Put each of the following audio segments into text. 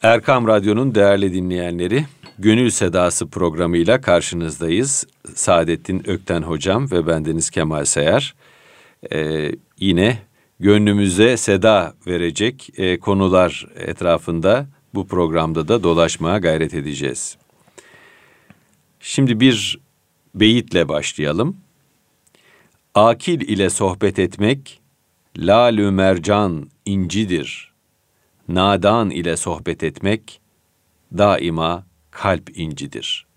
Erkam Radyo'nun değerli dinleyenleri, Gönül Sedası programıyla karşınızdayız. Saadettin Ökten Hocam ve bendeniz Kemal Sayar. Yine gönlümüze seda verecek konular etrafında bu programda da dolaşmaya gayret edeceğiz. Şimdi bir beyitle başlayalım. Akil ile sohbet etmek, lal-ü mercan incidir. Nadan ile sohbet etmek, daima kalp incidir.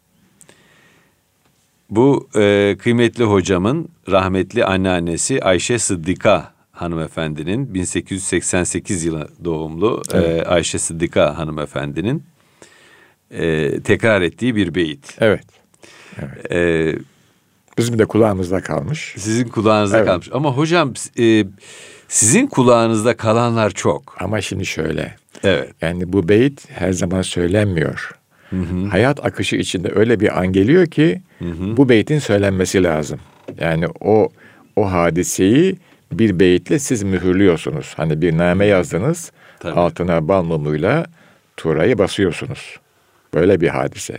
Bu kıymetli hocamın rahmetli anneannesi Ayşe Sıddıka hanımefendinin 1888 yılı doğumlu evet. Ayşe Sıddıka hanımefendinin tekrar ettiği bir beyit. Evet. Evet. Bizim de kulağımızda kalmış. Sizin kulağınızda evet. kalmış. Ama hocam sizin kulağınızda kalanlar çok. Ama şimdi şöyle. Evet. Yani bu beyit her zaman söylenmiyor. Hı. Hayat akışı içinde öyle bir an geliyor ki bu beytin söylenmesi lazım. Yani o hadiseyi bir beyitle siz mühürlüyorsunuz. Hani bir name yazdınız, tabii. altına bal mumuyla tuğrayı basıyorsunuz. Böyle bir hadise.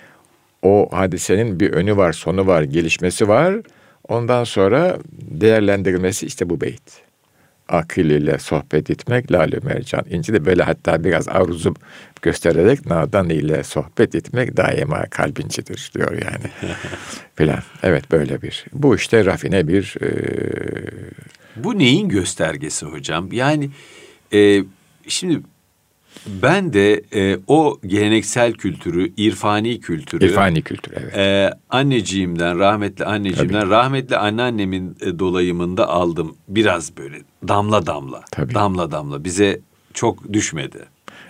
O hadisenin bir önü var, sonu var, gelişmesi var. Ondan sonra değerlendirilmesi işte bu beyit. Akıl ile sohbet etmek, lal-ü mercan inci de böyle hatta biraz arzu göstererek nadan ile sohbet etmek daima kalbincidir diyor yani. Filan. Evet böyle bir. Bu işte rafine bir... Bu neyin göstergesi hocam? Yani şimdi... Ben de o geleneksel kültürü, irfani kültürü, evet. Anneciğimden, rahmetli anneciğimden, tabii. rahmetli anneannemin dolayımında aldım. Biraz böyle damla damla, tabii. damla damla. Bize çok düşmedi.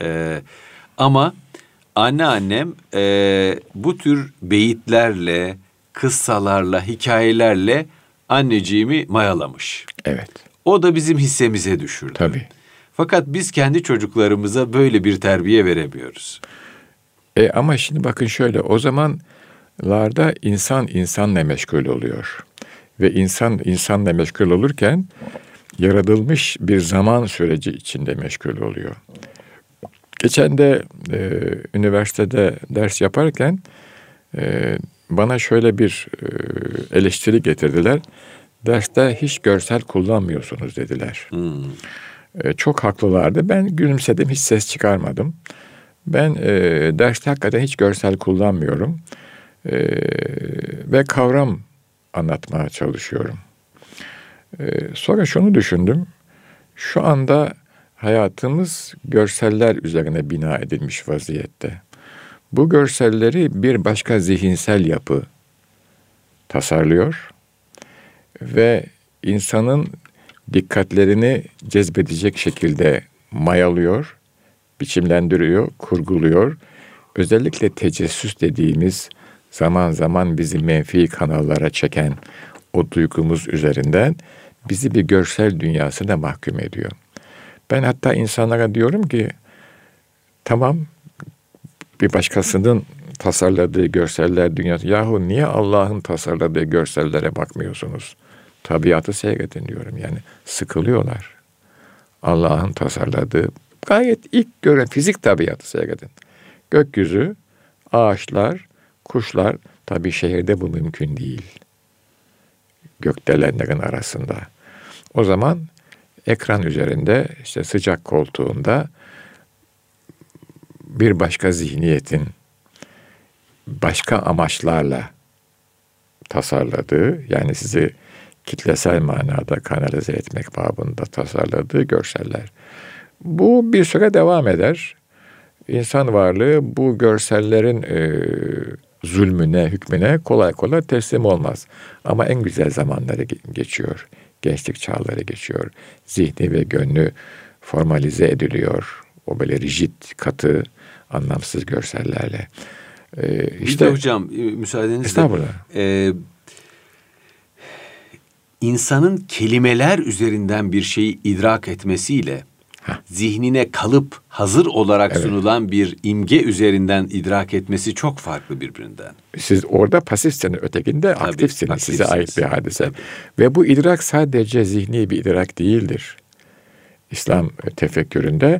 Ama anneannem bu tür beyitlerle, kıssalarla, hikayelerle anneciğimi mayalamış. Evet. O da bizim hissemize düşürdü. Tabii. Fakat biz kendi çocuklarımıza böyle bir terbiye veremiyoruz. Ama şimdi bakın şöyle, o zamanlarda insan insanla meşgul oluyor. Ve insan insanla meşgul olurken yaratılmış bir zaman süreci içinde meşgul oluyor. Geçen de üniversitede ders yaparken bana şöyle bir eleştiri getirdiler. Derste hiç görsel kullanmıyorsunuz dediler. Çok haklılardı. Ben gülümsedim, hiç ses çıkarmadım. Ben derste hakikaten hiç görsel kullanmıyorum. Ve kavram anlatmaya çalışıyorum. Sonra şunu düşündüm. Şu anda hayatımız görseller üzerine bina edilmiş vaziyette. Bu görselleri bir başka zihinsel yapı tasarlıyor ve insanın dikkatlerini cezbedecek şekilde mayalıyor, biçimlendiriyor, kurguluyor. Özellikle tecessüs dediğimiz zaman zaman bizi menfi kanallara çeken o duygumuz üzerinden bizi bir görsel dünyasına mahkum ediyor. Ben hatta insanlara diyorum ki, tamam bir başkasının tasarladığı görseller dünyası, yahu niye Allah'ın tasarladığı görsellere bakmıyorsunuz? Tabiatı seyredin diyorum. Yani sıkılıyorlar. Allah'ın tasarladığı gayet ilk gören fizik tabiatı seyredin. Gökyüzü, ağaçlar, kuşlar, tabii şehirde bu mümkün değil. Gökdelenlerin arasında. O zaman ekran üzerinde, işte sıcak koltuğunda bir başka zihniyetin başka amaçlarla tasarladığı, yani sizi kitlesel manada kanalize etmek babında tasarladığı görseller. Bu bir süre devam eder. İnsan varlığı bu görsellerin zulmüne, hükmüne kolay kolay teslim olmaz. Ama en güzel zamanları geçiyor. Gençlik çağları geçiyor. Zihni ve gönlü formalize ediliyor. O böyle rigid, katı, anlamsız görsellerle. İşte de hocam müsaadenizle. Estağfurullah. İnsanın kelimeler üzerinden bir şeyi idrak etmesiyle zihnine kalıp hazır olarak sunulan bir imge üzerinden idrak etmesi çok farklı birbirinden. Siz orada pasifsiniz, ötekinde aktifsiniz. Size ait bir hadise. Tabii. Ve bu idrak sadece zihni bir idrak değildir. İslam tefekküründe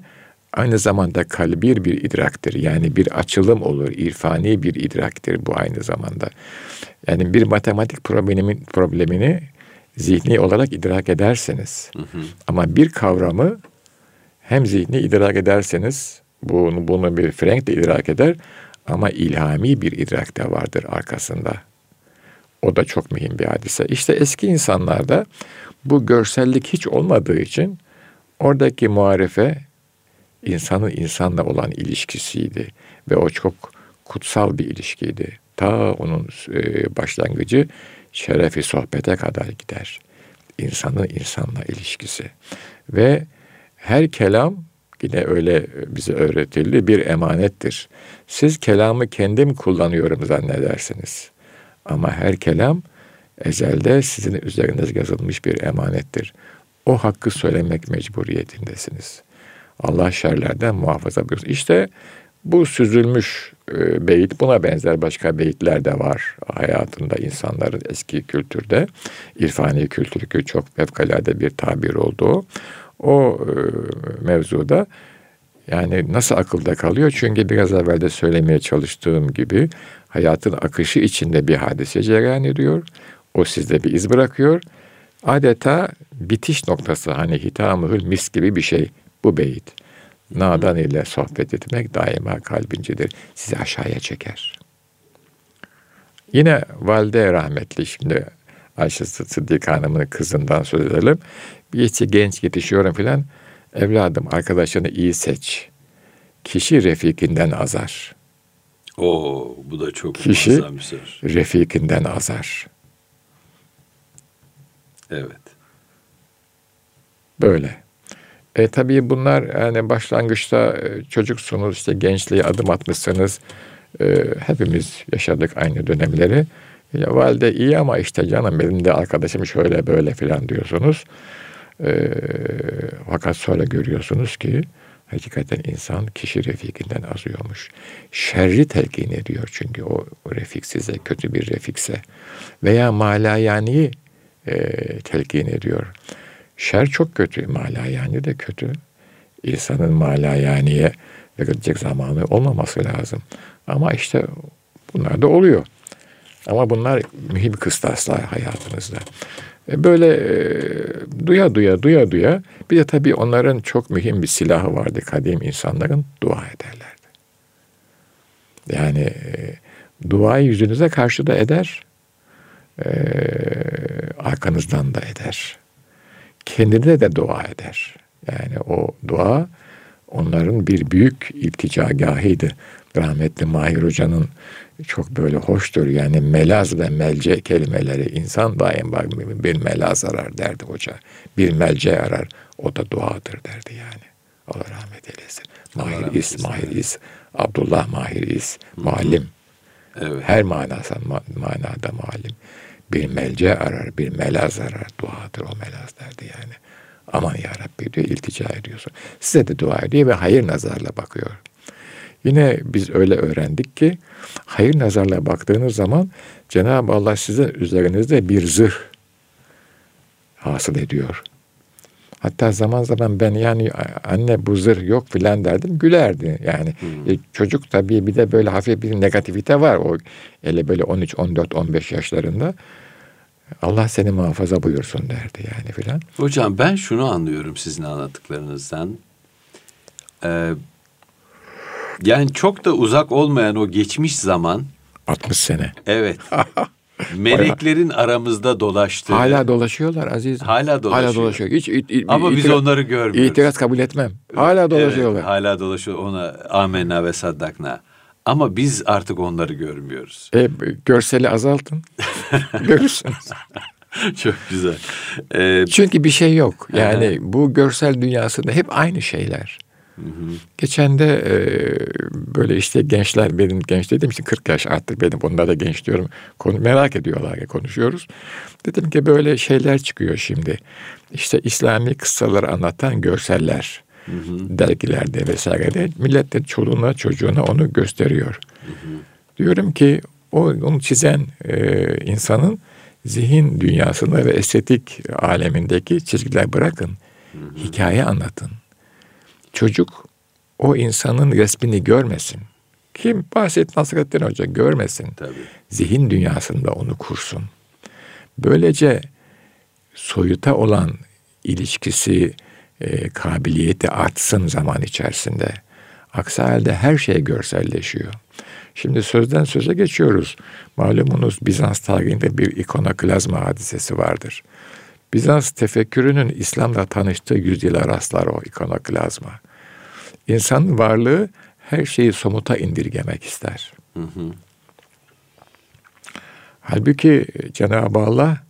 aynı zamanda kalbi bir idraktir. Yani bir açılım olur, irfani bir idraktir bu aynı zamanda. Yani bir matematik problemini zihni olarak idrak ederseniz, ama bir kavramı hem zihni idrak ederseniz, bunu bir Frank de idrak eder, ama ilhami bir idrak de vardır arkasında. O da çok mühim bir hadise. İşte eski insanlarda bu görsellik hiç olmadığı için oradaki muharefe insanın insanla olan ilişkisiydi. Ve o çok kutsal bir ilişkiydi. Ta onun başlangıcı şerefi sohbete kadar gider. İnsanın insanla ilişkisi. Ve her kelam yine öyle bize öğretildi, bir emanettir. Siz kelamı kendim kullanıyorum zannedersiniz. Ama her kelam ezelde sizin üzerinize yazılmış bir emanettir. O hakkı söylemek mecburiyetindesiniz. Allah şerlerden muhafaza buyursun. İşte bu süzülmüş beyit, buna benzer başka beyitler de var hayatında insanların eski kültürde. İrfani kültürü çok fevkalade bir tabir oldu. O mevzuda yani nasıl akılda kalıyor? Çünkü biraz evvel de söylemeye çalıştığım gibi hayatın akışı içinde bir hadise cereyan ediyor. O sizde bir iz bırakıyor. Adeta bitiş noktası, hani hitamıhül mis gibi bir şey bu beyit. Nadan ile sohbet etmek daima kalbincidir. Sizi aşağıya çeker. Yine valide rahmetli, şimdi Ayşe Sıddık Hanım'ın kızından söz edelim. Bir genç yetişiyorum filan. Evladım, arkadaşını iyi seç. Kişi refikinden azar. Bu da çok muazzam bir söz. Kişi refikinden azar. Evet. Böyle. Tabii bunlar yani başlangıçta çocuksunuz, işte gençliğe adım atmışsınız. Hepimiz yaşadık aynı dönemleri. Ya valide iyi ama işte canım benim de arkadaşım şöyle böyle filan diyorsunuz. Fakat sonra görüyorsunuz ki hakikaten insan kişi refikinden azıyormuş. Şerri telkin ediyor çünkü o refik size kötü bir refikse. Veya malayaniyi telkin ediyor. Şer çok kötü, malayani de kötü. İnsanın malayaniye verilecek zamanı olmaması lazım. Ama işte bunlar da oluyor. Ama bunlar mühim kıstaslar hayatınızda. Böyle duya. Bir de tabii onların çok mühim bir silahı vardı. Kadim insanların dua ederlerdi. Yani duayı yüzünüze karşı da eder. Arkanızdan da eder. Kendine de dua eder. Yani o dua onların bir büyük ilticagahıydı. Rahmetli Mahir Hoca'nın çok böyle hoştur. Yani melaz ve melce kelimeleri, insan daima bir melaz arar derdi hoca. Bir melce arar. O da duadır derdi yani. Allah rahmet eylesin. Mahir İz, Abdullah Mahir İz, muallim. Evet. Her manada muallim. Bir melce arar, bir melaz arar. Duadır o melaz derdi yani. Aman ya Rabbi diyor, iltica ediyorsun. Size de dua ediyor ve hayır nazarla bakıyor. Yine biz öyle öğrendik ki hayır nazarla baktığınız zaman Cenab-ı Allah sizin üzerinizde bir zırh hasıl ediyor. Hatta zaman zaman ben yani anne bu zırh yok filan derdim, gülerdi. Yani çocuk tabii bir de böyle hafif bir negativite var. O hele böyle 13, 14, 15 yaşlarında. Allah seni muhafaza buyursun derdi yani filan. Hocam ben şunu anlıyorum sizin anlattıklarınızdan. Yani çok da uzak olmayan o geçmiş zaman. 60 sene. Evet. Meleklerin aramızda dolaştığı. Hala dolaşıyorlar Aziz. Hala dolaşıyor. Hiç ama biz onları görmüyoruz. İtiraz kabul etmem. Hala dolaşıyorlar. Evet, hala dolaşıyor. Ona amenna ve saddakna. Ama biz artık onları görmüyoruz. Görseli azaltın. Görürsünüz. Çok güzel. Çünkü bir şey yok. Yani bu görsel dünyasında hep aynı şeyler. Geçen de böyle işte gençler, benim genç dediğim için 40 yaş artık benim, onlara da genç diyorum. Merak ediyorlar ya, konuşuyoruz. Dedim ki böyle şeyler çıkıyor şimdi. İşte İslami kıssaları anlatan görseller. Dergilerde vesairede millet de çoluğuna çocuğuna onu gösteriyor. Diyorum ki onu çizen insanın zihin dünyasında ve estetik alemindeki çizgiler bırakın. Hikaye anlatın. Çocuk o insanın resmini görmesin. Kim? Bahsettin Nasrettin Hoca görmesin. Tabii. Zihin dünyasında onu kursun. Böylece soyuta olan ilişkisi, kabiliyeti artsın zaman içerisinde. Aksi halde her şey görselleşiyor. Şimdi sözden söze geçiyoruz. Malumunuz Bizans tarihinde bir ikonoklazma hadisesi vardır. Bizans tefekkürünün İslam'la tanıştığı yüzyıla rastlar o ikonoklazma. İnsanın varlığı her şeyi somuta indirgemek ister. Hı hı. Halbuki Cenab-ı Allah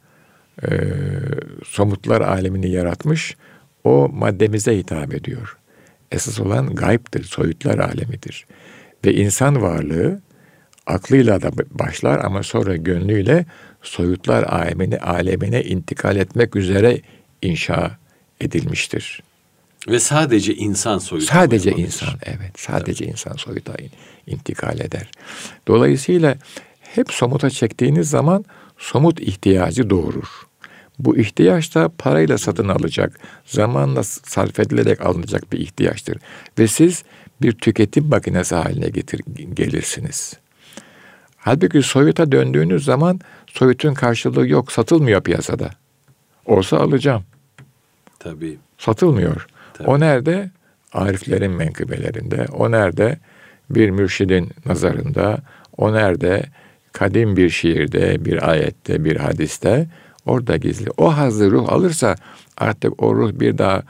somutlar alemini yaratmış, o maddemize hitap ediyor. Esas olan gayiptir, soyutlar alemidir. Ve insan varlığı aklıyla da başlar ama sonra gönlüyle soyutlar alemine intikal etmek üzere inşa edilmiştir. Ve sadece insan soyutu. Sadece insan, evet. Sadece insan soyuta intikal eder. Dolayısıyla hep somuta çektiğiniz zaman somut ihtiyacı doğurur. Bu ihtiyaç da parayla satın alacak, zamanla sarf edilerek alınacak bir ihtiyaçtır. Ve siz bir tüketim makinesi haline gelirsiniz. Halbuki soyuta döndüğünüz zaman soyutun karşılığı yok, satılmıyor piyasada. Olsa alacağım. Tabii. Satılmıyor. Tabii. O nerede? Ariflerin menkıbelerinde. O nerede? Bir mürşidin nazarında. O nerede? Kadim bir şiirde, bir ayette, bir hadiste. Orada gizli. O hazzı ruh alırsa artık o ruh bir daha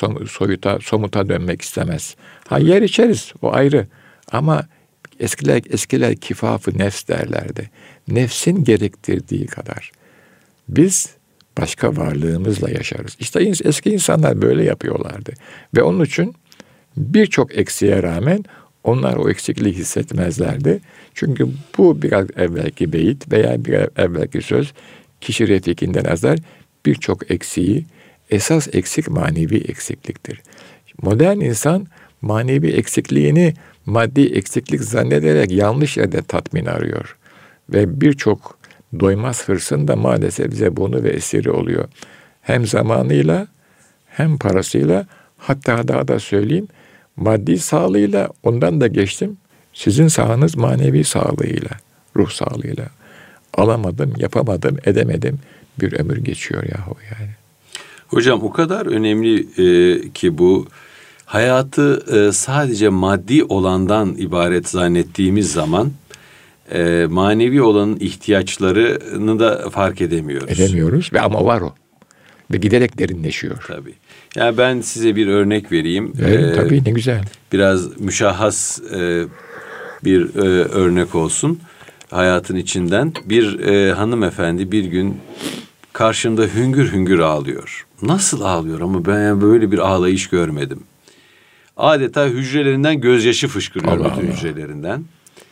somuta dönmek istemez. Ha yer içeriz, o ayrı. Ama eskiler kifaf-ı nefs derlerdi. Nefsin gerektirdiği kadar. Biz başka varlığımızla yaşarız. İşte eski insanlar böyle yapıyorlardı. Ve onun için birçok eksiğe rağmen onlar o eksikliği hissetmezlerdi. Çünkü bu biraz evvelki beyit veya bir evvelki söz kişi refikinden azar birçok eksiği, esas eksik manevi eksikliktir. Modern insan manevi eksikliğini maddi eksiklik zannederek yanlış yerde tatmin arıyor. Ve birçok doymaz hırsın da maalesef zebunu ve esiri oluyor. Hem zamanıyla hem parasıyla, hatta daha da söyleyeyim, maddi sağlığıyla, ondan da geçtim. Sizin sağınız manevi sağlığıyla, ruh sağlığıyla. Alamadım, yapamadım, edemedim. Bir ömür geçiyor yahu yani. Hocam o kadar önemli ki bu hayatı sadece maddi olandan ibaret zannettiğimiz zaman manevi olanın ihtiyaçlarını da fark edemiyoruz. Edemiyoruz ve ama var o. Ve giderek derinleşiyor. Tabii. Yani ben size bir örnek vereyim. Tabii ne güzel. Biraz müşahhas bir örnek olsun. Hayatın içinden bir hanımefendi bir gün karşımda hüngür hüngür ağlıyor. Nasıl ağlıyor ama ben böyle bir ağlayış görmedim. Adeta hücrelerinden gözyaşı fışkırıyor bütün hücrelerinden.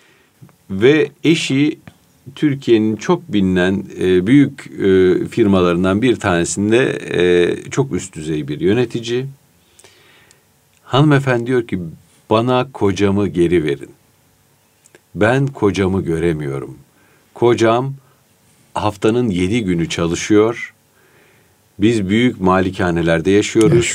Ve eşi Türkiye'nin çok bilinen büyük firmalarından bir tanesinde çok üst düzey bir yönetici. Hanımefendi diyor ki bana kocamı geri verin. Ben kocamı göremiyorum. Kocam haftanın 7 günü çalışıyor. Biz büyük malikanelerde yaşıyoruz.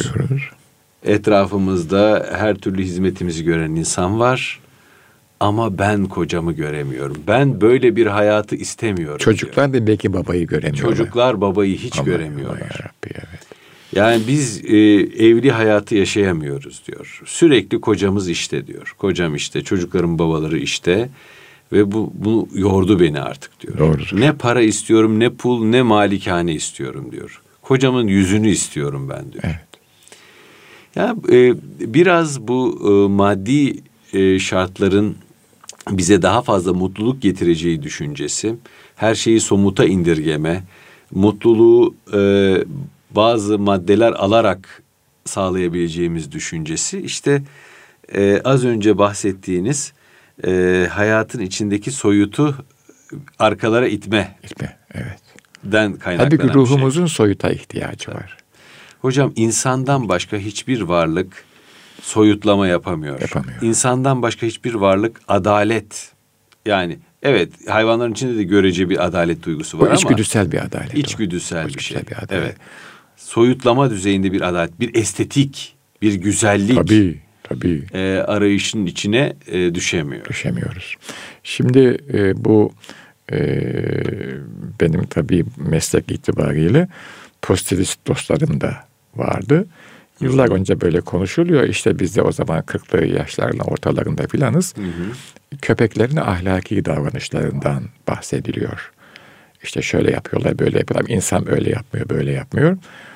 Etrafımızda her türlü hizmetimizi gören insan var. Ama ben kocamı göremiyorum. Ben böyle bir hayatı istemiyorum. Çocuklar da belki babayı göremiyorlar. Çocuklar babayı hiç göremiyorlar. Yarabbi, evet. Yani biz evli hayatı yaşayamıyoruz diyor. Sürekli kocamız işte diyor. Kocam işte, çocukların babaları işte. Ve bu yordu beni artık diyor. Doğrudur. Ne para istiyorum, ne pul, ne malikane istiyorum diyor. Kocamın yüzünü istiyorum ben diyor. Evet. Yani biraz bu maddi şartların bize daha fazla mutluluk getireceği düşüncesi, her şeyi somuta indirgeme, mutluluğu bazı maddeler alarak sağlayabileceğimiz düşüncesi, işte az önce bahsettiğiniz hayatın içindeki soyutu arkalara itme. Evet. Den kaynaklanan Tabii ki ruhumuzun soyuta ihtiyacı var. Hocam insandan başka hiçbir varlık soyutlama yapamıyor. İnsandan başka hiçbir varlık adalet. Yani evet, hayvanların içinde de görece bir adalet duygusu var ama içgüdüsel bir adalet. İçgüdüsel bir şey. Bir adalet. Evet. Soyutlama düzeyinde bir adalet, bir estetik, bir güzellik. Tabii. Tabii. Arayışın içine düşemiyor. Düşemiyoruz. Şimdi bu benim tabii meslek itibariyle pozitivist dostlarım da vardı. Yıllar önce böyle konuşuluyor. İşte biz de o zaman 40'lı yaşların ortalarında filanız. Köpeklerin ahlaki davranışlarından bahsediliyor. İşte şöyle yapıyorlar, böyle yapıyorlar. İnsan öyle yapmıyor, böyle yapmıyor.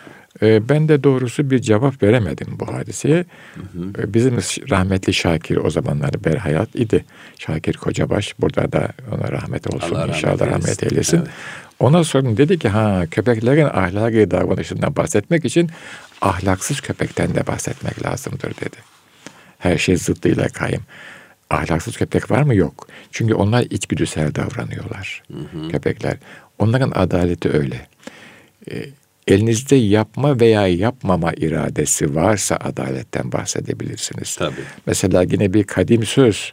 Ben de doğrusu bir cevap veremedim bu hadiseye. Bizim rahmetli Şakir o zamanlar berhayat idi. Şakir Kocabaş, burada da ona rahmet olsun, Allah inşallah rahmet eylesin. Evet. Ona sordum, dedi ki köpeklerin ahlaki davranışından bahsetmek için ahlaksız köpekten de bahsetmek lazımdır dedi. Her şey zıddıyla kaim. Ahlaksız köpek var mı? Yok. Çünkü onlar içgüdüsel davranıyorlar. Köpekler. Onların adaleti öyle. Elinizde yapma veya yapmama iradesi varsa adaletten bahsedebilirsiniz. Tabii. Mesela yine bir kadim söz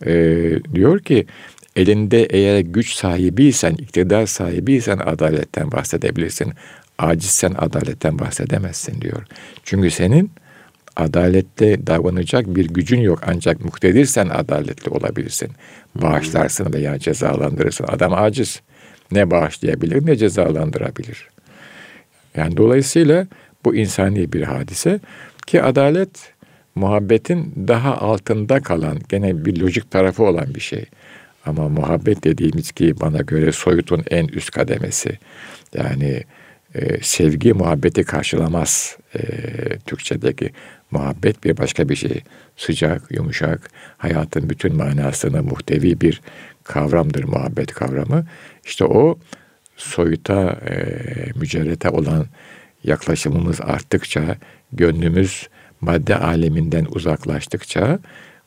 diyor ki, elinde eğer güç sahibiysen, iktidar sahibiysen adaletten bahsedebilirsin. Acizsen adaletten bahsedemezsin diyor. Çünkü senin adaletle davranacak bir gücün yok, ancak muktedirsen adaletli olabilirsin. Bağışlarsın veya cezalandırırsın. Adam aciz. Ne bağışlayabilir ne cezalandırabilir. Yani dolayısıyla bu insani bir hadise ki adalet muhabbetin daha altında kalan, gene bir lojik tarafı olan bir şey. Ama muhabbet dediğimiz ki bana göre soyutun en üst kademesi. Yani sevgi muhabbeti karşılamaz. Türkçedeki muhabbet bir başka bir şey. Sıcak, yumuşak, hayatın bütün manasını muhtevi bir kavramdır muhabbet kavramı. İşte o soyuta, mücerrete olan yaklaşımımız arttıkça, gönlümüz madde aleminden uzaklaştıkça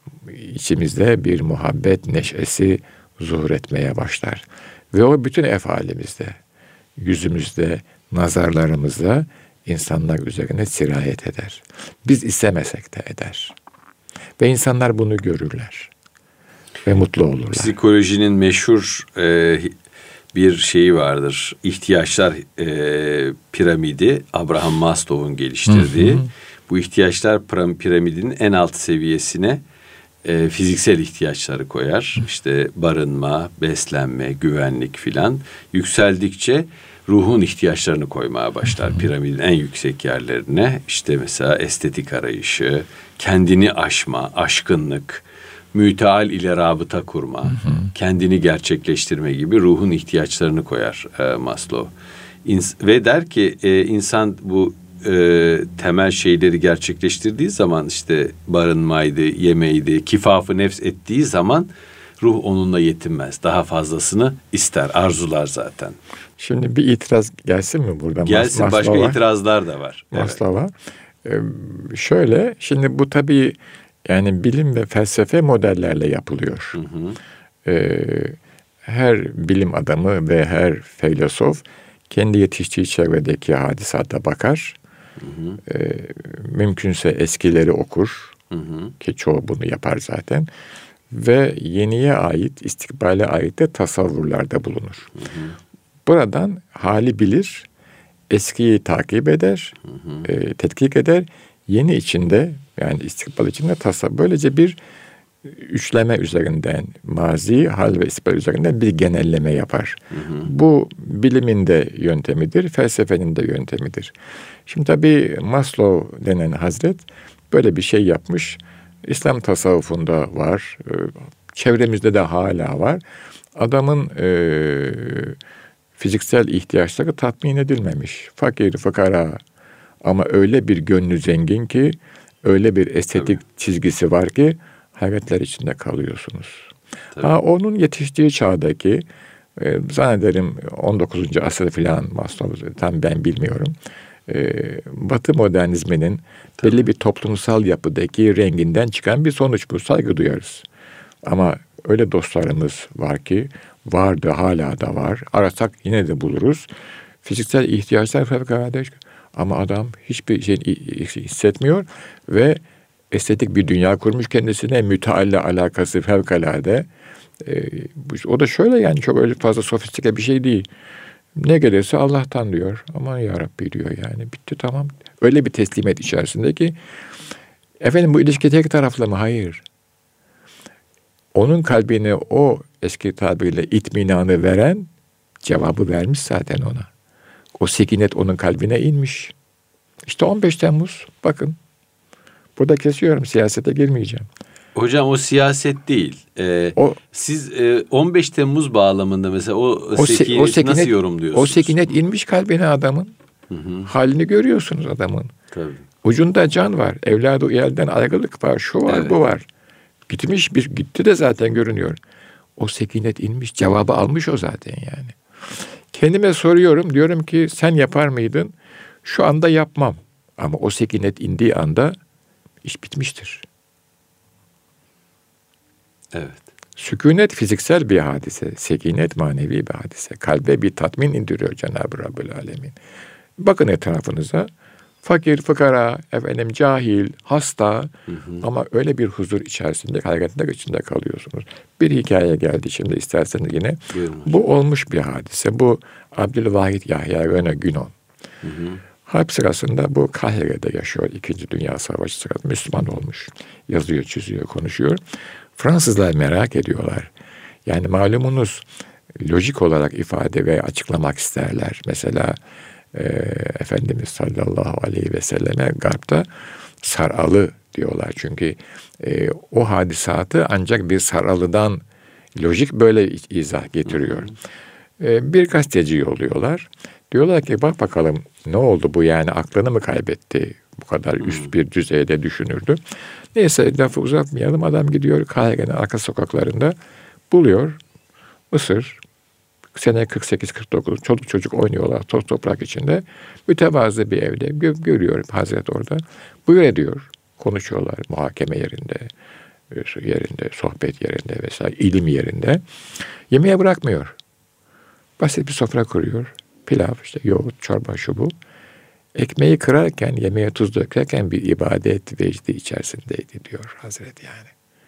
içimizde bir muhabbet neşesi zuhur etmeye başlar. Ve o bütün efalimizde, yüzümüzde, nazarlarımızda insanlar üzerine sirayet eder. Biz istemesek de eder. Ve insanlar bunu görürler. Ve mutlu olurlar. Psikolojinin meşhur bir şeyi vardır. İhtiyaçlar piramidi, Abraham Maslow'un geliştirdiği. Bu ihtiyaçlar piramidinin en alt seviyesine fiziksel ihtiyaçları koyar. İşte barınma, beslenme, güvenlik filan. Yükseldikçe ruhun ihtiyaçlarını koymaya başlar piramidin en yüksek yerlerine. İşte mesela estetik arayışı, kendini aşma, aşkınlık, müteal ile rabıta kurma, kendini gerçekleştirme gibi ruhun ihtiyaçlarını koyar Maslow. Ve der ki insan bu temel şeyleri gerçekleştirdiği zaman, işte barınmaydı, yemeğiydi, kifafı nefs ettiği zaman ruh onunla yetinmez. Daha fazlasını ister, arzular zaten. Şimdi bir itiraz gelsin mi burada? Gelsin, başka itirazlar da var. Maslow'a. Evet. Şöyle, şimdi bu tabii yani bilim ve felsefe modellerle yapılıyor. Her bilim adamı ve her filozof kendi yetiştiği çevredeki hadisata bakar. Mümkünse eskileri okur. Ki çoğu bunu yapar zaten. Ve yeniye ait, istikbale ait de tasavvurlarda bulunur. Buradan hali bilir, eskiyi takip eder, tetkik eder. Yeni içinde, yani istikbal içinde tasavvur. Böylece bir üçleme üzerinden, mazi, hal ve istikbal üzerinden bir genelleme yapar. Bu bilimin de yöntemidir, felsefenin de yöntemidir. Şimdi tabii Maslow denen hazret böyle bir şey yapmış. İslam tasavvufunda var, çevremizde de hala var. Adamın fiziksel ihtiyaçları tatmin edilmemiş. Fakir, fukara, ama öyle bir gönlü zengin ki, öyle bir estetik çizgisi var ki hayretler içinde kalıyorsunuz. Onun yetiştiği çağdaki, zannederim 19. asır falan, Maslow, tam ben bilmiyorum. Batı modernizminin belli bir toplumsal yapıdaki renginden çıkan bir sonuç bu. Saygı duyarız. Ama öyle dostlarımız var ki, vardı, hala da var. Arasak yine de buluruz. Fiziksel ihtiyaçlar fevkalade, ama adam hiçbir şey hissetmiyor ve estetik bir dünya kurmuş kendisine, mütealle alakası fevkalade. O da şöyle, yani çok öyle fazla sofistike bir şey değil. Ne gelirse Allah'tan diyor. Aman ya Rabbi diyor yani. Bitti, tamam. Öyle bir teslimiyet içerisinde ki Efendim bu ilişki tek taraflı mı? Hayır. Onun kalbine o eski tabirle itminanı veren cevabı vermiş zaten ona. O sekinet onun kalbine inmiş. İşte 15 Temmuz. Bakın. Burada kesiyorum. Siyasete girmeyeceğim. Hocam o siyaset değil. Siz 15 Temmuz bağlamında mesela o sekinet nasıl yorumluyorsunuz? O sekinet inmiş kalbine adamın. Halini görüyorsunuz adamın. Tabii. Ucunda can var. Evladı elden ayrılık var. Şu var, bu var. Gitti de zaten görünüyor. O sekinet inmiş. Cevabı almış o zaten yani. Kendime soruyorum. Diyorum ki sen yapar mıydın? Şu anda yapmam. Ama o sekinet indiği anda iş bitmiştir. Evet. Sükunet fiziksel bir hadise. Sekinet manevi bir hadise. Kalbe bir tatmin indiriyor Cenab-ı Rabbül Alemin. Bakın etrafınıza. Fakir, fıkara, cahil, hasta ama öyle bir huzur içerisinde, hareketler içinde kalıyorsunuz. Bir hikaye geldi şimdi isterseniz yine. Buyurun. Bu olmuş bir hadise. Bu Abdülvahid Yahya Rene Günon. Harp sırasında bu Kahire'de yaşıyor. 2. Dünya Savaşı sırasında Müslüman olmuş. Yazıyor, çiziyor, konuşuyor. Fransızlar merak ediyorlar. Yani malumunuz lojik olarak ifade ve açıklamak isterler. Mesela Efendimiz sallallahu aleyhi ve selleme Garp'ta saralı diyorlar. Çünkü o hadisatı ancak bir saralıdan lojik böyle izah getiriyor. Bir gazeteci yolluyorlar. Diyorlar ki bak bakalım ne oldu bu yani aklını mı kaybetti? Bu kadar üst bir düzeyde düşünürdü. Neyse lafı uzatmayalım. Adam gidiyor Kahire'nin arka sokaklarında buluyor. Mısır. Sene 48-49 çoluk çocuk oynuyorlar toz toprak içinde. Mütevazı bir evde görüyor Hazret orada. Buyur ediyor. Konuşuyorlar muhakeme yerinde, sohbet yerinde vesaire, ilim yerinde. Yemeğe bırakmıyor. Basit bir sofra kuruyor. Pilav, işte yoğurt, çorba, şu bu. Ekmeği kırarken, yemeğe tuz dökerken bir ibadet vecdi içerisindeydi diyor Hazret yani.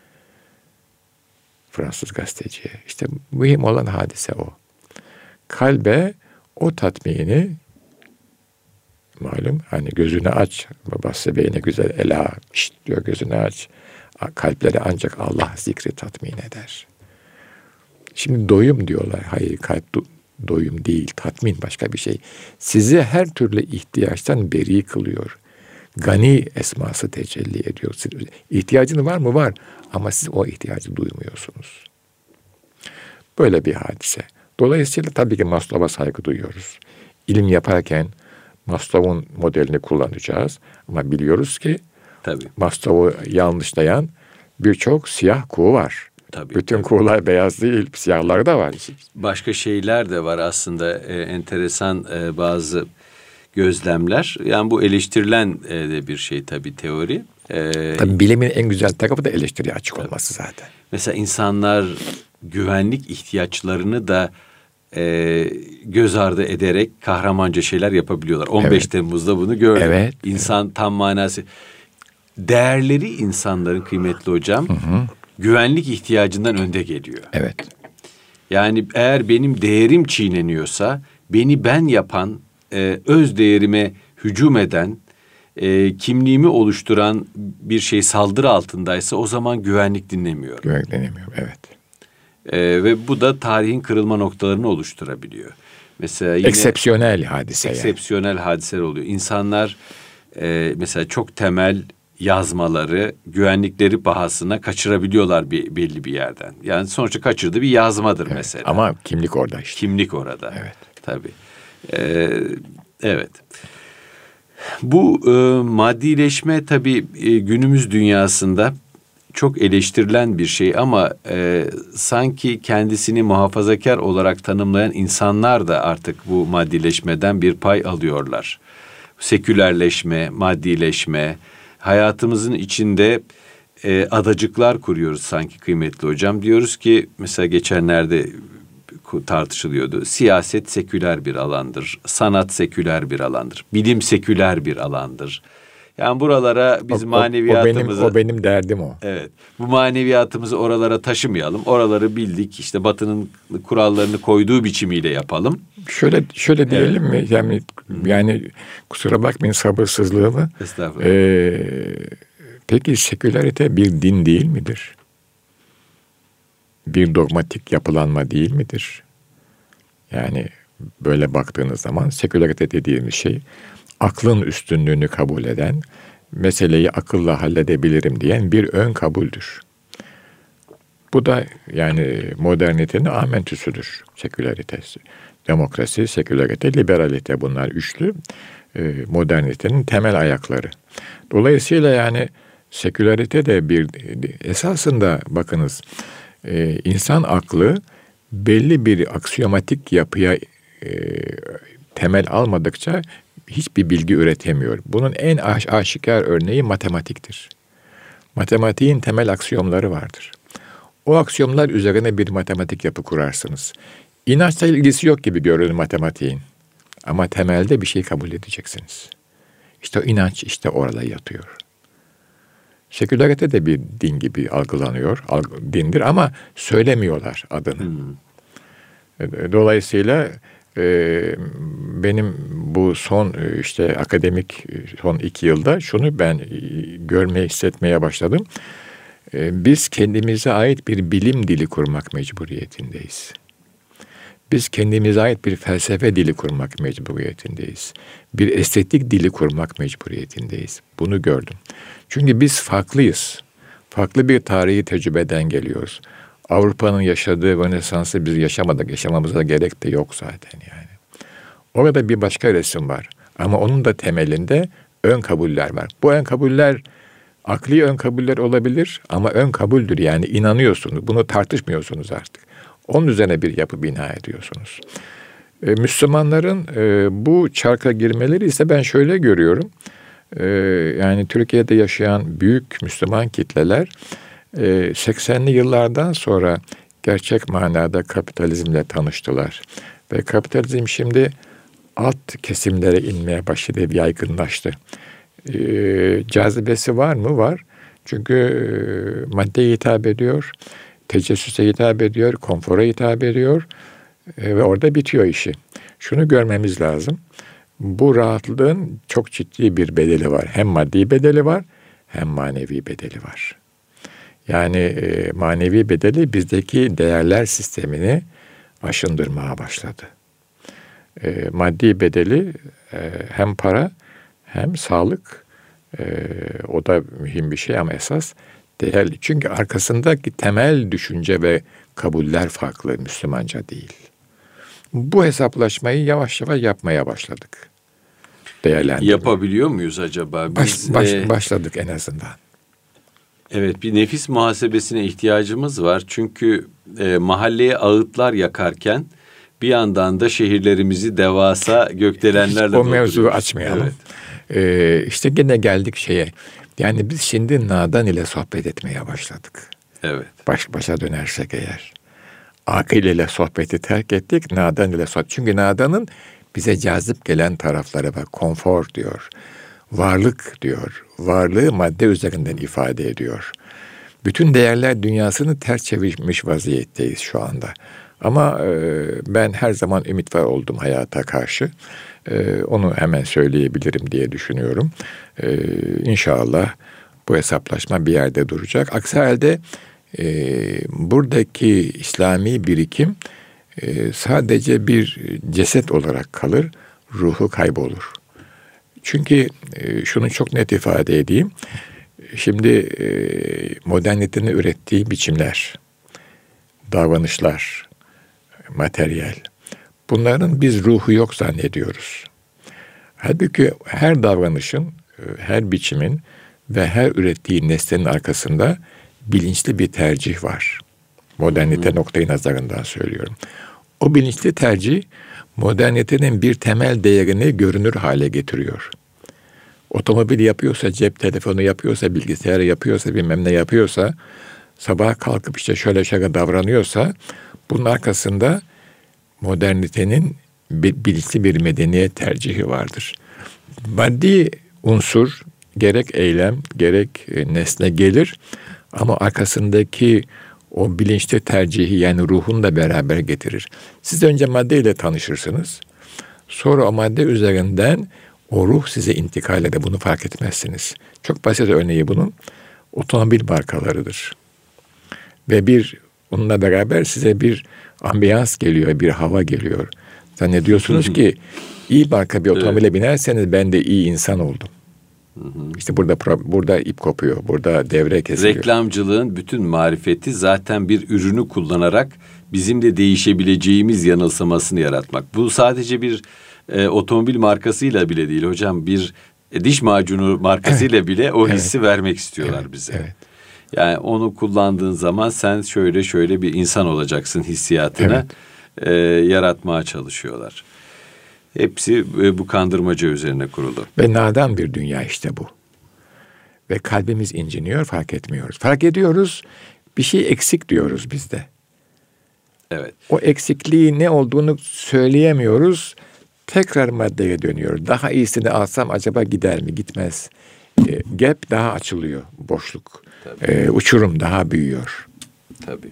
Fransız gazeteciye. İşte mühim olan hadise o. Kalbe o tatmini malum hani gözünü aç. Babası beyine güzel ela diyor gözünü aç. Kalpleri ancak Allah zikri tatmin eder. Şimdi doyum diyorlar. Hayır kalp doyum değil. Tatmin başka bir şey. Sizi her türlü ihtiyaçtan beri kılıyor. Gani esması tecelli ediyor. İhtiyacınız var mı? Var. Ama siz o ihtiyacı duymuyorsunuz. Böyle bir hadise. Dolayısıyla tabii ki Maslow'a saygı duyuyoruz. İlim yaparken Maslow'un modelini kullanacağız. Ama biliyoruz ki tabii. Maslow'u yanlışlayan birçok siyah kuğu var. Tabii, bütün kuğular beyaz değil, siyahlar da var. Başka şeyler de var aslında enteresan bazı gözlemler. Yani bu eleştirilen de bir şey tabii teori. Tabii bilimin en güzel tarafı da eleştiriye açık olması zaten. Mesela insanlar güvenlik ihtiyaçlarını da göz ardı ederek kahramanca şeyler yapabiliyorlar. 15 Temmuz'da bunu gördük. Evet. İnsan tam manası. Değerleri insanların kıymetli hocam güvenlik ihtiyacından önde geliyor. Evet. Yani eğer benim değerim çiğneniyorsa beni ben yapan, öz değerime hücum eden, kimliğimi oluşturan bir şey saldırı altındaysa o zaman güvenlik dinlemiyorum. Güvenlik dinlemiyorum, evet. Ve bu da tarihin kırılma noktalarını oluşturabiliyor. Mesela yine eksepsiyonel hadise. Eksepsiyonel hadiseler oluyor. İnsanlar mesela çok temel yazmaları güvenlikleri pahasına kaçırabiliyorlar belli bir yerden. Yani sonuçta kaçırdığı bir yazmadır mesela. Ama kimlik orada işte. Kimlik orada. Evet. Tabii. Evet. Bu maddileşme tabii günümüz dünyasında çok eleştirilen bir şey ama sanki kendisini muhafazakar olarak tanımlayan insanlar da artık bu maddileşmeden bir pay alıyorlar. Sekülerleşme, maddileşme, hayatımızın içinde adacıklar kuruyoruz sanki kıymetli hocam. Diyoruz ki mesela geçenlerde tartışılıyordu. Siyaset seküler bir alandır. Sanat seküler bir alandır. Bilim seküler bir alandır. Yani buralara biz maneviyatımızı... O benim derdim o. Evet. Bu maneviyatımızı oralara taşımayalım. Oraları bildik. İşte Batı'nın kurallarını koyduğu biçimiyle yapalım. Şöyle diyelim mi? Yani kusura bakmayın sabırsızlığımı. Estağfurullah. Peki sekülerite bir din değil midir? Bir dogmatik yapılanma değil midir? Yani böyle baktığınız zaman sekülerite dediğimiz şey aklın üstünlüğünü kabul eden, meseleyi akılla halledebilirim diyen bir ön kabuldür. Bu da yani modernitenin amentüsüdür sekülaritesi. Demokrasi, sekülarite, liberalite, bunlar üçlü modernitenin temel ayakları. Dolayısıyla yani sekülarite de bir esasında bakınız insan aklı belli bir aksiyomatik yapıya temel almadıkça hiçbir bilgi üretemiyor. Bunun en aşikar örneği matematiktir. Matematiğin temel aksiyomları vardır. O aksiyomlar üzerine bir matematik yapı kurarsınız. İnançla ilgisi yok gibi görünür matematiğin. Ama temelde bir şey kabul edeceksiniz. İşte o inanç işte orada yatıyor. Sekülarite de bir din gibi algılanıyor, dindir ama söylemiyorlar adını. Dolayısıyla benim bu son işte akademik son 2 yılda şunu ben görmeye, hissetmeye başladım. Biz kendimize ait bir bilim dili kurmak mecburiyetindeyiz. Biz kendimize ait bir felsefe dili kurmak mecburiyetindeyiz. Bir estetik dili kurmak mecburiyetindeyiz. Bunu gördüm. Çünkü biz farklıyız. Farklı bir tarihi tecrübeden geliyoruz. Avrupa'nın yaşadığı Rönesans'ı biz yaşamadık. Yaşamamıza gerek de yok zaten yani. Orada bir başka resim var. Ama onun da temelinde ön kabuller var. Bu ön kabuller akli ön kabuller olabilir ama ön kabuldür, yani inanıyorsunuz. Bunu tartışmıyorsunuz artık. Onun üzerine bir yapı bina ediyorsunuz. Müslümanların bu çarka girmeleri ise ben şöyle görüyorum. Yani Türkiye'de yaşayan büyük Müslüman kitleler 80'li yıllardan sonra gerçek manada kapitalizmle tanıştılar. Ve kapitalizm şimdi alt kesimlere inmeye başladı, yaygınlaştı. Cazibesi var mı? Var. Çünkü maddeye hitap ediyor, tecessüse hitap ediyor, konfora hitap ediyor ve orada bitiyor işi. Şunu görmemiz lazım. Bu rahatlığın çok ciddi bir bedeli var. Hem maddi bedeli var, hem manevi bedeli var. Yani manevi bedeli bizdeki değerler sistemini aşındırmaya başladı. Maddi bedeli hem para hem sağlık, o da mühim bir şey ama esas değerli. Çünkü arkasındaki temel düşünce ve kabuller farklı, Müslümanca değil. Bu hesaplaşmayı yavaş yavaş yapmaya başladık. Değerlendirme. Yapabiliyor muyuz acaba? Biz, başladık en azından. Evet, bir nefis muhasebesine ihtiyacımız var. Çünkü mahalleye ağıtlar yakarken bir yandan da şehirlerimizi devasa gökdelenlerle o mevzuyu açmayalım. Evet. İşte gene geldik şeye. Yani biz şimdi nadan ile sohbet etmeye başladık. Evet. Başa dönersek eğer. Akıl ile sohbeti terk ettik, nadan ile sohbet. Çünkü nadanın bize cazip gelen tarafları var. Konfor diyor. Varlık diyor. Varlığı madde üzerinden ifade ediyor. Bütün değerler dünyasını ters çevirmiş vaziyetteyiz şu anda. Ama ben her zaman ümit var oldum hayata karşı. Onu hemen söyleyebilirim diye düşünüyorum. İnşallah bu hesaplaşma bir yerde duracak. Aksi halde buradaki İslami birikim sadece bir ceset olarak kalır, ruhu kaybolur. Çünkü şunu çok net ifade edeyim. Şimdi modernitenin ürettiği biçimler, davranışlar, materyal, bunların biz ruhu yok zannediyoruz. Halbuki her davranışın, her biçimin ve her ürettiği nesnenin arkasında bilinçli bir tercih var. Modernite noktayı nazarından söylüyorum. O bilinçli tercih modernitenin bir temel değerini görünür hale getiriyor. Otomobil yapıyorsa, cep telefonu yapıyorsa, bilgisayar yapıyorsa, bilmem ne yapıyorsa, sabah kalkıp işte şöyle davranıyorsa, bunun arkasında modernitenin bilinçli bir medeniyet tercihi vardır. Maddi unsur gerek eylem, gerek nesne gelir ama arkasındaki o bilinçli tercihi, yani ruhunu da beraber getirir. Siz önce maddeyle tanışırsınız. Sonra o madde üzerinden O ruh size intikal eder, bunu fark etmezsiniz. Çok basit örneği bunun otomobil markalarıdır. Ve onunla beraber size bir ambiyans geliyor, bir hava geliyor. Zannediyorsunuz ki iyi marka bir otomobile binerseniz ben de iyi insan oldum. İşte burada ip kopuyor, burada devre kesiliyor. Reklamcılığın bütün marifeti zaten bir ürünü kullanarak bizim de değişebileceğimiz yanılsamasını yaratmak. Bu sadece bir otomobil markasıyla bile değil hocam, bir diş macunu markasıyla bile o hissi vermek istiyorlar bize. Evet. Yani onu kullandığın zaman sen şöyle bir insan olacaksın hissiyatını yaratmaya çalışıyorlar. Hepsi bu kandırmaca üzerine kurulu. Ve nadan bir dünya işte bu. Ve kalbimiz inciniyor, fark etmiyoruz. Fark ediyoruz, bir şey eksik diyoruz biz de. Evet. O eksikliği ne olduğunu söyleyemiyoruz. Tekrar maddeye dönüyoruz. Daha iyisini alsam acaba gider mi? Gitmez. Gap daha açılıyor, boşluk. Uçurum daha büyüyor. Tabii.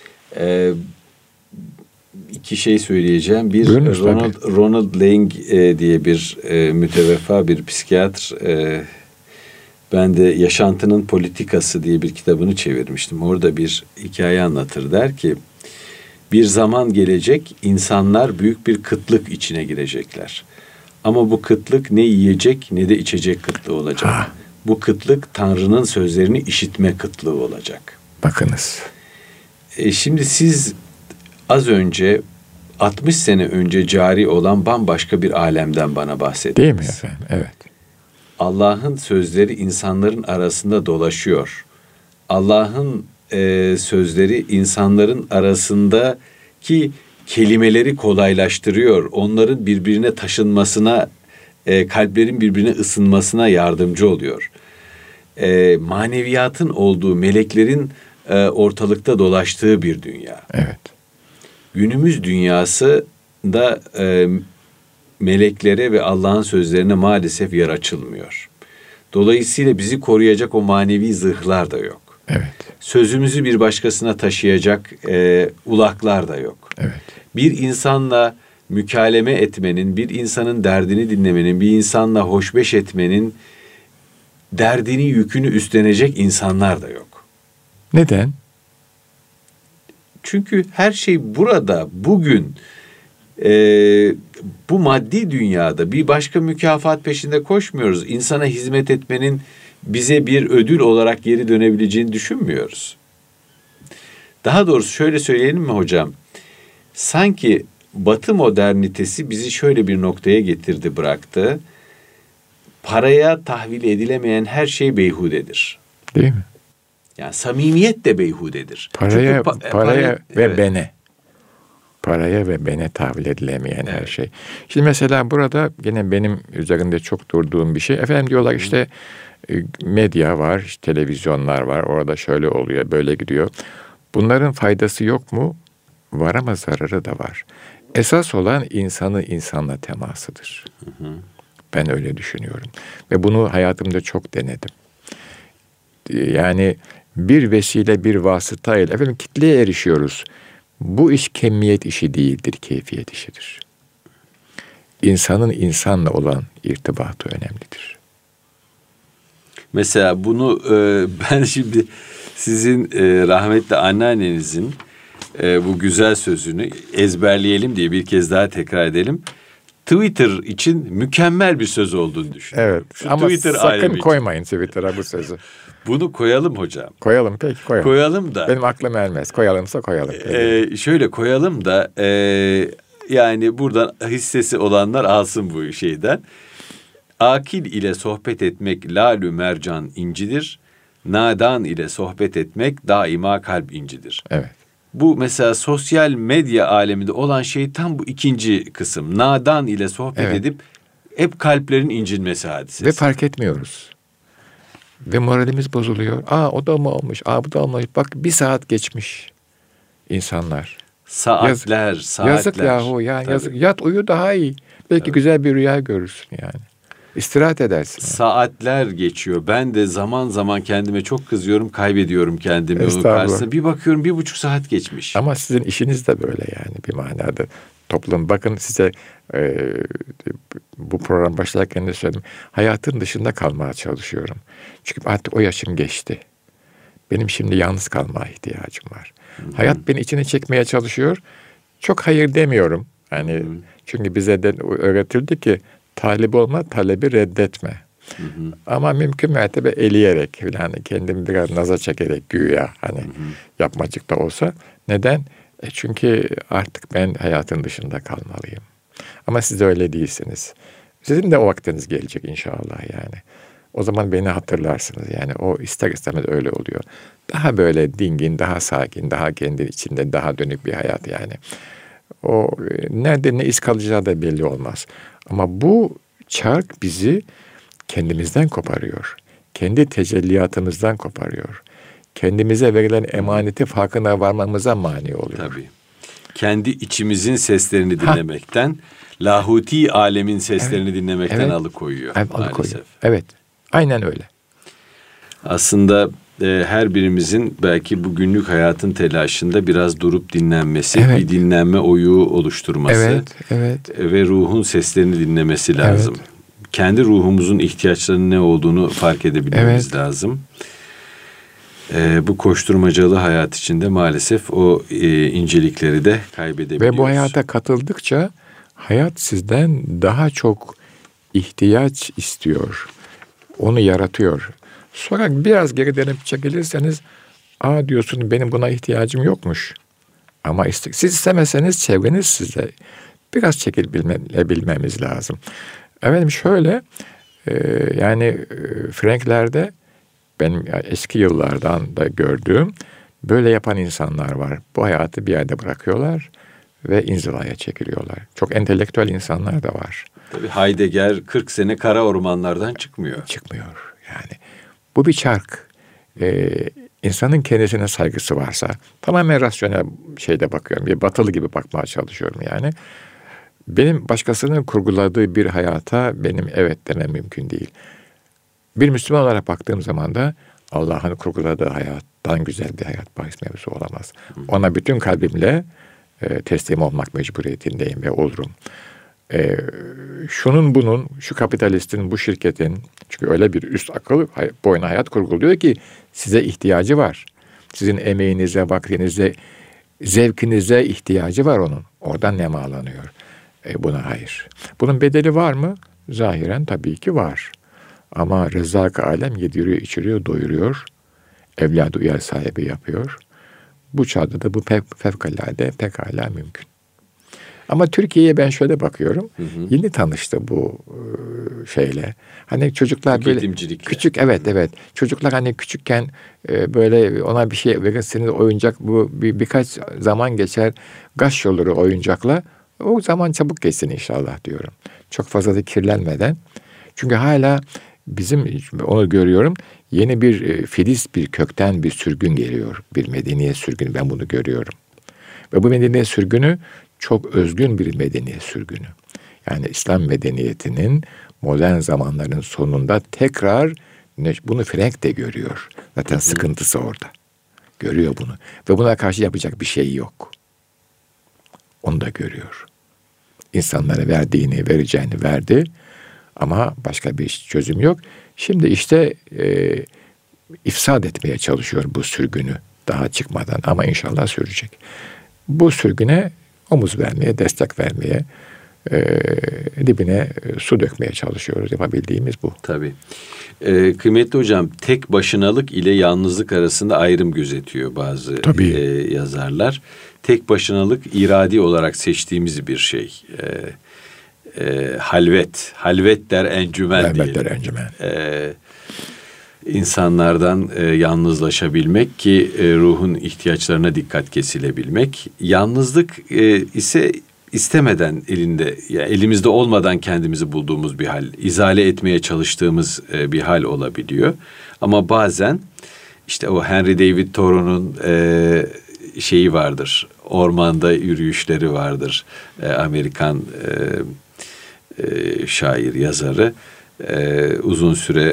İki şey söyleyeceğim. Bir, Buyurunuz, Ronald Lang diye bir müteveffa bir psikiyatr. Ben de Yaşantının Politikası diye bir kitabını çevirmiştim. Orada bir hikaye anlatır. Der ki, bir zaman gelecek, insanlar büyük bir kıtlık içine girecekler. Ama bu kıtlık ne yiyecek ne de içecek kıtlığı olacak. Bu kıtlık Tanrı'nın sözlerini işitme kıtlığı olacak. Bakınız. Şimdi siz az önce 60 sene önce cari olan bambaşka bir alemden bana bahsettiniz. Değil mi efendim? Evet. Allah'ın sözleri insanların arasında dolaşıyor. Allah'ın sözleri insanların arasındaki kelimeleri kolaylaştırıyor. Onların birbirine taşınmasına, kalplerin birbirine ısınmasına yardımcı oluyor. Maneviyatın olduğu, meleklerin ortalıkta dolaştığı bir dünya. Evet. Günümüz dünyası da meleklere ve Allah'ın sözlerine maalesef yer açılmıyor. Dolayısıyla bizi koruyacak o manevi zırhlar da yok. Evet. Sözümüzü bir başkasına taşıyacak ulaklar da yok. Evet. Bir insanla mükaleme etmenin, bir insanın derdini dinlemenin, bir insanla hoşbeş etmenin derdini, yükünü üstlenecek insanlar da yok. Neden? Çünkü her şey burada, bugün, bu maddi dünyada bir başka mükafat peşinde koşmuyoruz. İnsana hizmet etmenin bize bir ödül olarak geri dönebileceğini düşünmüyoruz. Daha doğrusu şöyle söyleyelim mi hocam? Sanki Batı modernitesi bizi şöyle bir noktaya getirdi, bıraktı. Paraya tahvil edilemeyen her şey beyhudedir. Değil mi? Yani samimiyet de beyhudedir. Paraya ve evet. bene. Paraya ve bene tahvil edilemeyen her şey. Şimdi mesela burada yine benim üzerinde çok durduğum bir şey. Efendim diyorlar işte medya var, işte televizyonlar var. Orada şöyle oluyor, böyle gidiyor. Bunların faydası yok mu? Var ama zararı da var. Esas olan insanı insanla temasıdır. Ben öyle düşünüyorum. Ve bunu hayatımda çok denedim. Yani bir vesile, bir vasıtayla efendim kitleye erişiyoruz. Bu iş kemiyet işi değildir, keyfiyet işidir. İnsanın insanla olan irtibatı önemlidir. Mesela bunu ben şimdi sizin rahmetli anneannenizin bu güzel sözünü ezberleyelim diye bir kez daha tekrar edelim. Twitter için mükemmel bir söz olduğunu düşünüyorum. Evet. Şu ama Twitter sakın koymayın Twitter'a bu sözü. Bunu koyalım hocam. Koyalım, peki koyalım. Koyalım da. Benim aklım ermez. Koyalımsa koyalım. Şöyle koyalım da yani buradan hissesi olanlar alsın bu şeyden. Akil ile sohbet etmek lalü mercan incidir. Nadan ile sohbet etmek daima kalp incidir. Evet. Bu mesela sosyal medya aleminde olan şey tam bu ikinci kısım. Nadan ile sohbet edip hep kalplerin incinmesi hadisesi. Ve fark etmiyoruz. Ve moralimiz bozuluyor. O da mı olmuş? Bu da olmuş. Bak 1 saat geçmiş insanlar. Saatler. Yazık yahu ya. Yazık. Yat uyu daha iyi. Belki güzel bir rüya görürsün yani. İstirahat edersin. Saatler geçiyor. Ben de zaman zaman kendime çok kızıyorum. Kaybediyorum kendimi onun karşısında. Bir bakıyorum 1,5 saat geçmiş. Ama sizin işiniz de böyle yani bir manada. toplum. Bakın size bu program başlarken de söyledim. Hayatın dışında kalmaya çalışıyorum. Çünkü artık o yaşım geçti. Benim şimdi yalnız kalmaya ihtiyacım var. Hayat beni içine çekmeye çalışıyor. Çok hayır demiyorum. Yani çünkü bize de öğretildi ki talip olma, talebi reddetme. Ama mümkün mertebe eleyerek, yani kendimi biraz naza çekerek güya hani yapmacık da olsa. Neden? Çünkü artık ben hayatın dışında kalmalıyım. Ama siz de öyle değilsiniz. Sizin de o vaktiniz gelecek inşallah yani. O zaman beni hatırlarsınız. Yani o ister istemez öyle oluyor. Daha böyle dingin, daha sakin, daha kendi içinde daha dönük bir hayat yani. O nerede ne iz kalacağı da belli olmaz. Ama bu çark bizi kendimizden koparıyor. Kendi tecelliyatımızdan koparıyor. Kendimize verilen emaneti farkına varmamıza mani oluyor. Tabii. Kendi içimizin seslerini dinlemekten, lahuti alemin seslerini dinlemekten alıkoyuyor maalesef. Evet, aynen öyle. Aslında her birimizin belki bu günlük hayatın telaşında biraz durup dinlenmesi, bir dinlenme oyuğu oluşturması ve ruhun seslerini dinlemesi lazım. Evet. Kendi ruhumuzun ihtiyaçlarının ne olduğunu fark edebilmemiz lazım. Bu koşturmacalı hayat içinde maalesef o incelikleri de kaybedebiliyoruz. Ve bu hayata katıldıkça hayat sizden daha çok ihtiyaç istiyor. Onu yaratıyor. Sonra biraz geri dönüp çekilirseniz, diyorsun benim buna ihtiyacım yokmuş. Ama siz istemeseniz çevreniz size biraz çekilebilmemiz lazım. Efendim şöyle, yani Frankler'de benim eski yıllardan da gördüğüm böyle yapan insanlar var. Bu hayatı bir yerde bırakıyorlar ve inzivaya çekiliyorlar. Çok entelektüel insanlar da var. Tabii Heidegger 40 sene kara ormanlardan çıkmıyor. Çıkmıyor yani. Bu bir çark. İnsanın kendisine saygısı varsa, tamamen rasyonel şeyde bakıyorum. Bir batılı gibi bakmaya çalışıyorum yani. Benim başkasının kurguladığı bir hayata benim evet demem mümkün değil. Bir Müslüman olarak baktığım zaman da Allah'ın kurguladığı hayattan güzel bir hayat bahis mevzu olamaz. Ona bütün kalbimle teslim olmak mecburiyetindeyim ve olurum. Şunun bunun, şu kapitalistin, bu şirketin, çünkü öyle bir üst akıl boyuna hayat kurguluyor ki size ihtiyacı var. Sizin emeğinize, vaktinize, zevkinize ihtiyacı var onun. Oradan nemalanıyor. Buna hayır. Bunun bedeli var mı? Zahiren tabii ki var. Ama Rezzak-ı Alem yediriyor, içiriyor, doyuruyor. Evladı uyar sahibi yapıyor. Bu çağda da bu fevkalade pekala mümkün. Ama Türkiye'ye ben şöyle bakıyorum. Yeni tanıştı bu şeyle. Hani çocuklar böyle küçük, evet. Çocuklar hani küçükken böyle ona bir şey verirseniz oyuncak, bu birkaç zaman geçer, gaş olur oyuncakla. O zaman çabuk geçsin inşallah diyorum. Çok fazla da kirlenmeden. Çünkü hala bizim, onu görüyorum, yeni bir filiz, bir kökten bir sürgün geliyor. Bir medeniyet sürgünü, ben bunu görüyorum. Ve bu medeniyet sürgünü çok özgün bir medeniyet sürgünü. Yani İslam medeniyetinin modern zamanların sonunda tekrar, bunu Frank de görüyor. Zaten sıkıntısı orada. Görüyor bunu. Ve buna karşı yapacak bir şey yok. Onu da görüyor. İnsanlara vereceğini verdi. Ama başka bir çözüm yok. Şimdi işte ifsad etmeye çalışıyor bu sürgünü daha çıkmadan, ama inşallah sürecek. Bu sürgüne omuz vermeye, destek vermeye, dibine su dökmeye çalışıyoruz. Yapabildiğimiz bu. Tabii. Kıymetli hocam, tek başınalık ile yalnızlık arasında ayrım gözetiyor bazı yazarlar. Tek başınalık iradi olarak seçtiğimiz bir şey. Halvet der encümen diyelim. Halvet der encümen. İnsanlardan yalnızlaşabilmek ki ruhun ihtiyaçlarına dikkat kesilebilmek. Yalnızlık ise istemeden elimizde olmadan kendimizi bulduğumuz bir hal, izale etmeye çalıştığımız bir hal olabiliyor. Ama bazen işte o Henry David Thoreau'nun şeyi vardır, ormanda yürüyüşleri vardır, Amerikan şair, yazarı, uzun süre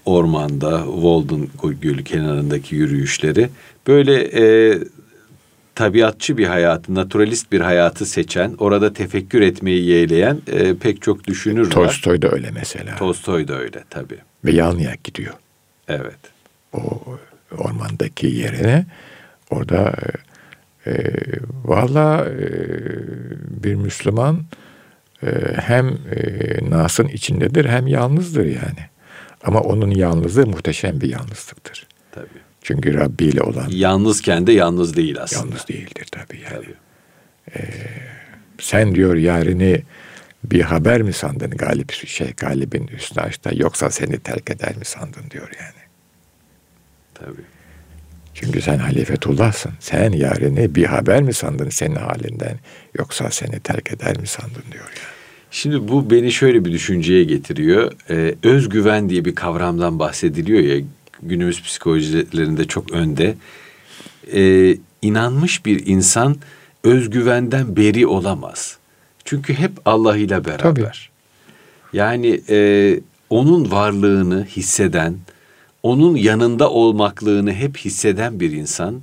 ormanda, Walden Gölü kenarındaki yürüyüşleri böyle tabiatçı bir hayatı, naturalist bir hayatı seçen, orada tefekkür etmeyi yeğleyen pek çok düşünür var. Tolstoy da öyle mesela. Tolstoy da öyle tabii. Ve Yalnı'ya gidiyor. Evet. O ormandaki yerine orada valla bir Müslüman hem Nas'ın içindedir hem yalnızdır yani. Ama onun yalnızlığı muhteşem bir yalnızlıktır. Tabii. Çünkü Rabbi ile olan... Yalnızken de yalnız değil aslında. Yalnız değildir tabii yani. Tabii. Sen diyor yarını bir haber mi sandın Galip'in üstüne açta, yoksa seni terk eder mi sandın diyor yani. Tabii. Çünkü sen halifetullahsın. Sen yarını bir haber mi sandın senin halinden, yoksa seni terk eder mi sandın diyor yani. Şimdi bu beni şöyle bir düşünceye getiriyor. Özgüven diye bir kavramdan bahsediliyor ya, günümüz psikolojilerinde çok önde. İnanmış bir insan özgüvenden beri olamaz. Çünkü hep Allah ile beraber. Tabii. Yani onun varlığını hisseden, onun yanında olmaklığını hep hisseden bir insan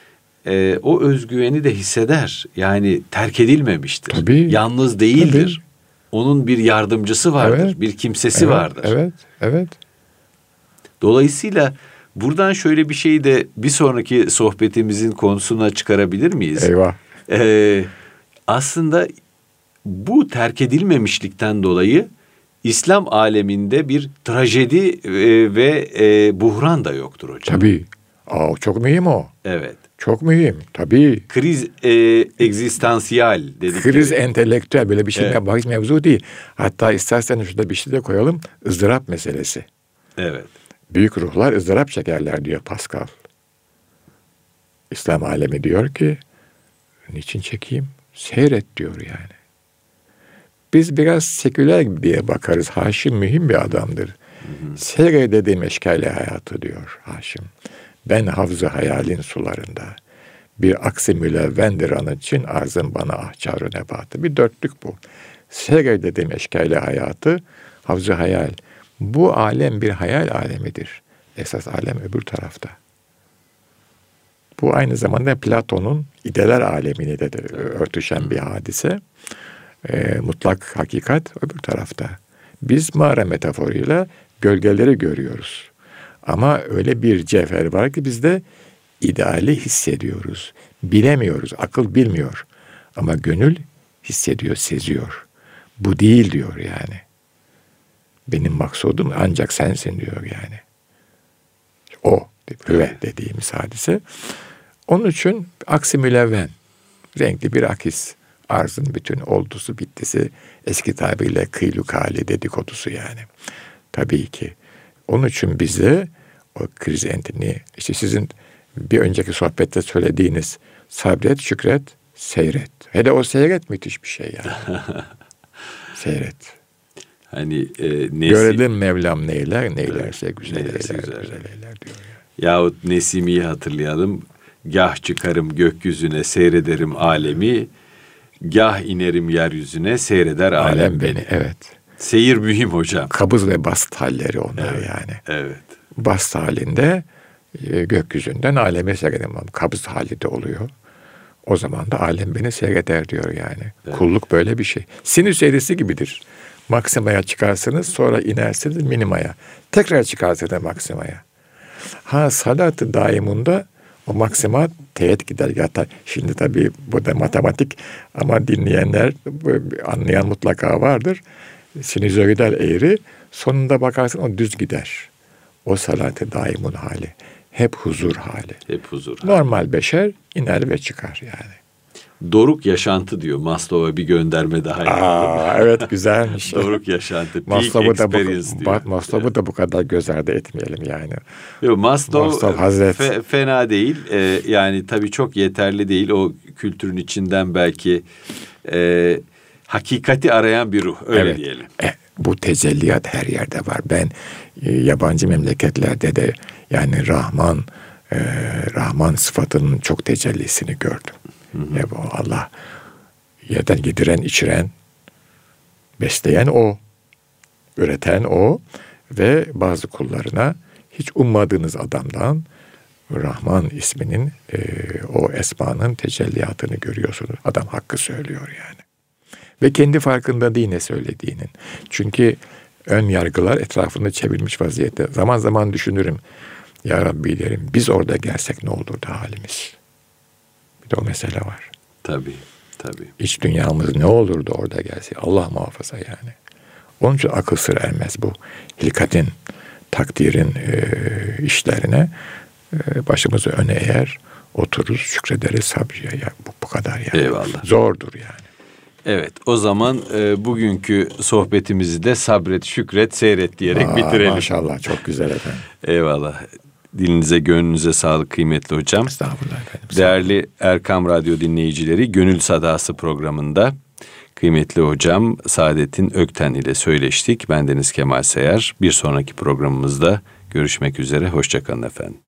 o özgüveni de hisseder. Yani terk edilmemiştir. Tabii. Yalnız değildir. Tabii. Onun bir yardımcısı vardır, Evet. bir kimsesi vardır. Evet. Dolayısıyla buradan şöyle bir şeyi de bir sonraki sohbetimizin konusuna çıkarabilir miyiz? Eyvah. Aslında bu terk edilmemişlikten dolayı İslam aleminde bir trajedi ve buhran da yoktur hocam. Tabii. Çok mühim o. Evet. Çok mühim. Tabii. Kriz egzistansiyel dedikleri. Kriz entelektüel, böyle bir şey Evet. bahis mevzu değil. Hatta istersen şurada bir şey de koyalım. ızdırap meselesi. Evet. Büyük ruhlar ızdırap çekerler diyor Pascal. İslam alemi diyor ki niçin çekeyim? Seyret diyor yani. Biz biraz seküler diye bakarız. Haşim mühim bir adamdır. Seyret dediğim eşkali hayatı diyor Haşim. Ben havz-ı hayalin sularında. Bir aksi mülevvendir an için arzın bana ahçar-ı nebatı. Bir dörtlük bu. Seyret dediğim eşkali hayatı, havz-ı hayal. Bu alem bir hayal alemidir. Esas alem öbür tarafta. Bu aynı zamanda Platon'un idealer alemine de örtüşen bir hadise. Mutlak hakikat öbür tarafta. Biz mağara metaforuyla gölgeleri görüyoruz. Ama öyle bir cevher var ki biz de ideali hissediyoruz. Bilemiyoruz, akıl bilmiyor. Ama gönül hissediyor, seziyor. Bu değil diyor yani. Benim maksudum ancak sensin diyor yani. O, rüve dediğimiz hadise. Onun için aksi mülevven, renkli bir akis. Arzın bütün oldusu bittisi, eski tabirle kıylukali dedikodusu yani. Tabii ki. Onun için bize o kriz entini, işte sizin bir önceki sohbette söylediğiniz sabret, şükret, seyret. Hele o seyret müthiş bir şey yani. Seyret. Hani görelim Mevlam neylerse güzel eyler diyor. Yahut Nesimi'yi hatırlayalım. Gah çıkarım gökyüzüne seyrederim alemi, gah inerim yeryüzüne seyreder alem beni. Evet. Seyir mühim hocam. Kabız ve bast halleri onlar yani. Evet. Bast halinde gökyüzünden aleme seyredemem. Kabız hali de oluyor. O zaman da alem beni seyreder diyor yani. Evet. Kulluk böyle bir şey. Sinüs eğrisi gibidir. Maksimaya çıkarsınız, sonra inersiniz minimaya. Tekrar çıkarsınız maksimaya. Salat-ı daimunda o maksima teğet gider. Şimdi tabii bu da matematik ama dinleyenler, anlayan mutlaka vardır. Sinüzoidal eğri, sonunda bakarsın o düz gider. O salat-ı daimun hali. Hep huzur hali. Hep huzur hali. Normal beşer iner ve çıkar yani. Doruk yaşantı diyor. Maslow'a bir gönderme daha yapalım. Evet, güzelmiş. Doruk yaşantı. Maslow'u da bu kadar göz ardı etmeyelim yani. Yok, Maslow fena değil. Yani tabii çok yeterli değil. O kültürün içinden belki hakikati arayan bir ruh. Öyle diyelim. Bu tecelliyat her yerde var. Ben yabancı memleketlerde de yani Rahman sıfatının çok tecellisini gördüm. Allah yerden yediren, içiren, besleyen o, üreten o ve bazı kullarına hiç ummadığınız adamdan Rahman isminin o esmanın tecelliyatını görüyorsunuz. Adam hakkı söylüyor yani. Ve kendi farkında değil ne söylediğinin. Çünkü ön yargılar etrafında çevirmiş vaziyette. Zaman zaman düşünürüm. Ya Rabbi derim, biz orada gelsek ne olurdu halimiz? Bir de o mesele var. Tabii, tabii. İç dünyamız ne olurdu orada gelsek? Allah muhafaza yani. Onun için akıl sır ermez bu. Hilkatin, takdirin işlerine başımızı öne eğer, otururuz, şükrederiz, sabriye. Ya, bu kadar yani. Eyvallah. Zordur yani. Evet, o zaman bugünkü sohbetimizi de sabret, şükret, seyret diyerek bitirelim. Maşallah, çok güzel efendim. Eyvallah. Dilinize, gönlünüze sağlık kıymetli hocam. Estağfurullah efendim. Değerli Erkam Radyo dinleyicileri, Gönül Sadası programında kıymetli hocam Saadettin Ökten ile söyleştik. Bendeniz Kemal Seyar. Bir sonraki programımızda görüşmek üzere. Hoşça kalın efendim.